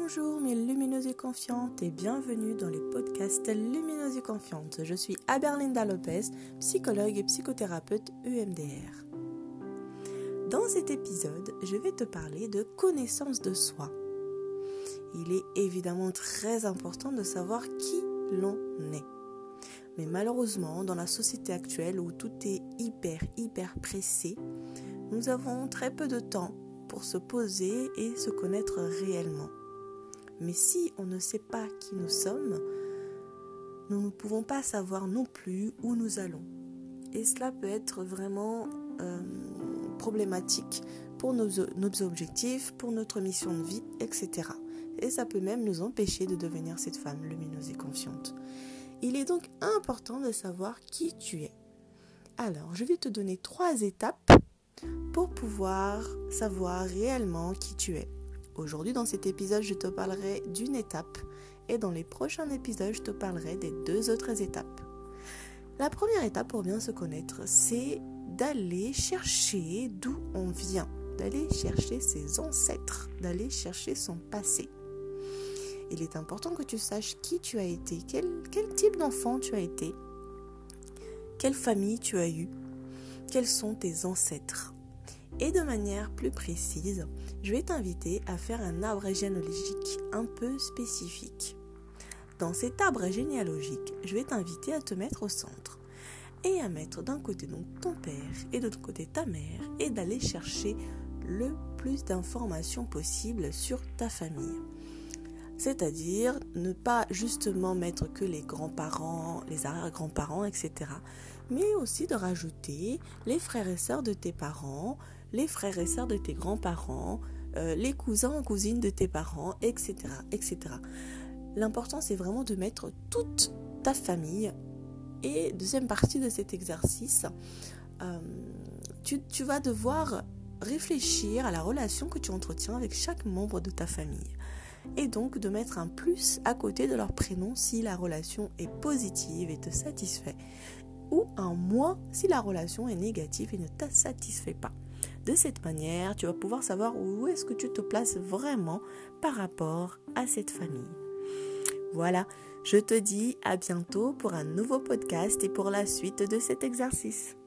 Bonjour mes lumineuses et confiantes et bienvenue dans les podcasts Lumineuses et Confiantes. Je suis Aberlinda Lopez, psychologue et psychothérapeute EMDR. Dans cet épisode, je vais te parler de connaissance de soi. Il est évidemment très important de savoir qui l'on est. Mais malheureusement, dans la société actuelle où tout est hyper pressé, nous avons très peu de temps pour se poser et se connaître réellement. Mais si on ne sait pas qui nous sommes, nous ne pouvons pas savoir non plus où nous allons. Et cela peut être vraiment problématique pour nos objectifs, pour notre mission de vie, etc. Et ça peut même nous empêcher de devenir cette femme lumineuse et confiante. Il est donc important de savoir qui tu es. Alors, je vais te donner 3 étapes pour pouvoir savoir réellement qui tu es. Aujourd'hui, dans cet épisode, je te parlerai d'une étape et dans les prochains épisodes, je te parlerai des 2 autres étapes. La première étape pour bien se connaître, c'est d'aller chercher d'où on vient, d'aller chercher ses ancêtres, d'aller chercher son passé. Il est important que tu saches qui tu as été, quel type d'enfant tu as été, quelle famille tu as eue, quels sont tes ancêtres. Et de manière plus précise, je vais t'inviter à faire un arbre généalogique un peu spécifique. Dans cet arbre généalogique, je vais t'inviter à te mettre au centre et à mettre d'un côté donc ton père et de l'autre côté ta mère et d'aller chercher le plus d'informations possible sur ta famille. C'est-à-dire ne pas justement mettre que les grands-parents, les arrière-grands-parents, etc. Mais aussi de rajouter les frères et sœurs de tes parents, les frères et sœurs de tes grands-parents, les cousins et cousines de tes parents, etc., etc. L'important, c'est vraiment de mettre toute ta famille. Et deuxième partie de cet exercice, tu vas devoir réfléchir à la relation que tu entretiens avec chaque membre de ta famille. Et donc de mettre un plus à côté de leur prénom si la relation est positive et te satisfait, ou un moins si la relation est négative et ne te satisfait pas. De cette manière, tu vas pouvoir savoir où est-ce que tu te places vraiment par rapport à cette famille. Voilà, je te dis à bientôt pour un nouveau podcast et pour la suite de cet exercice.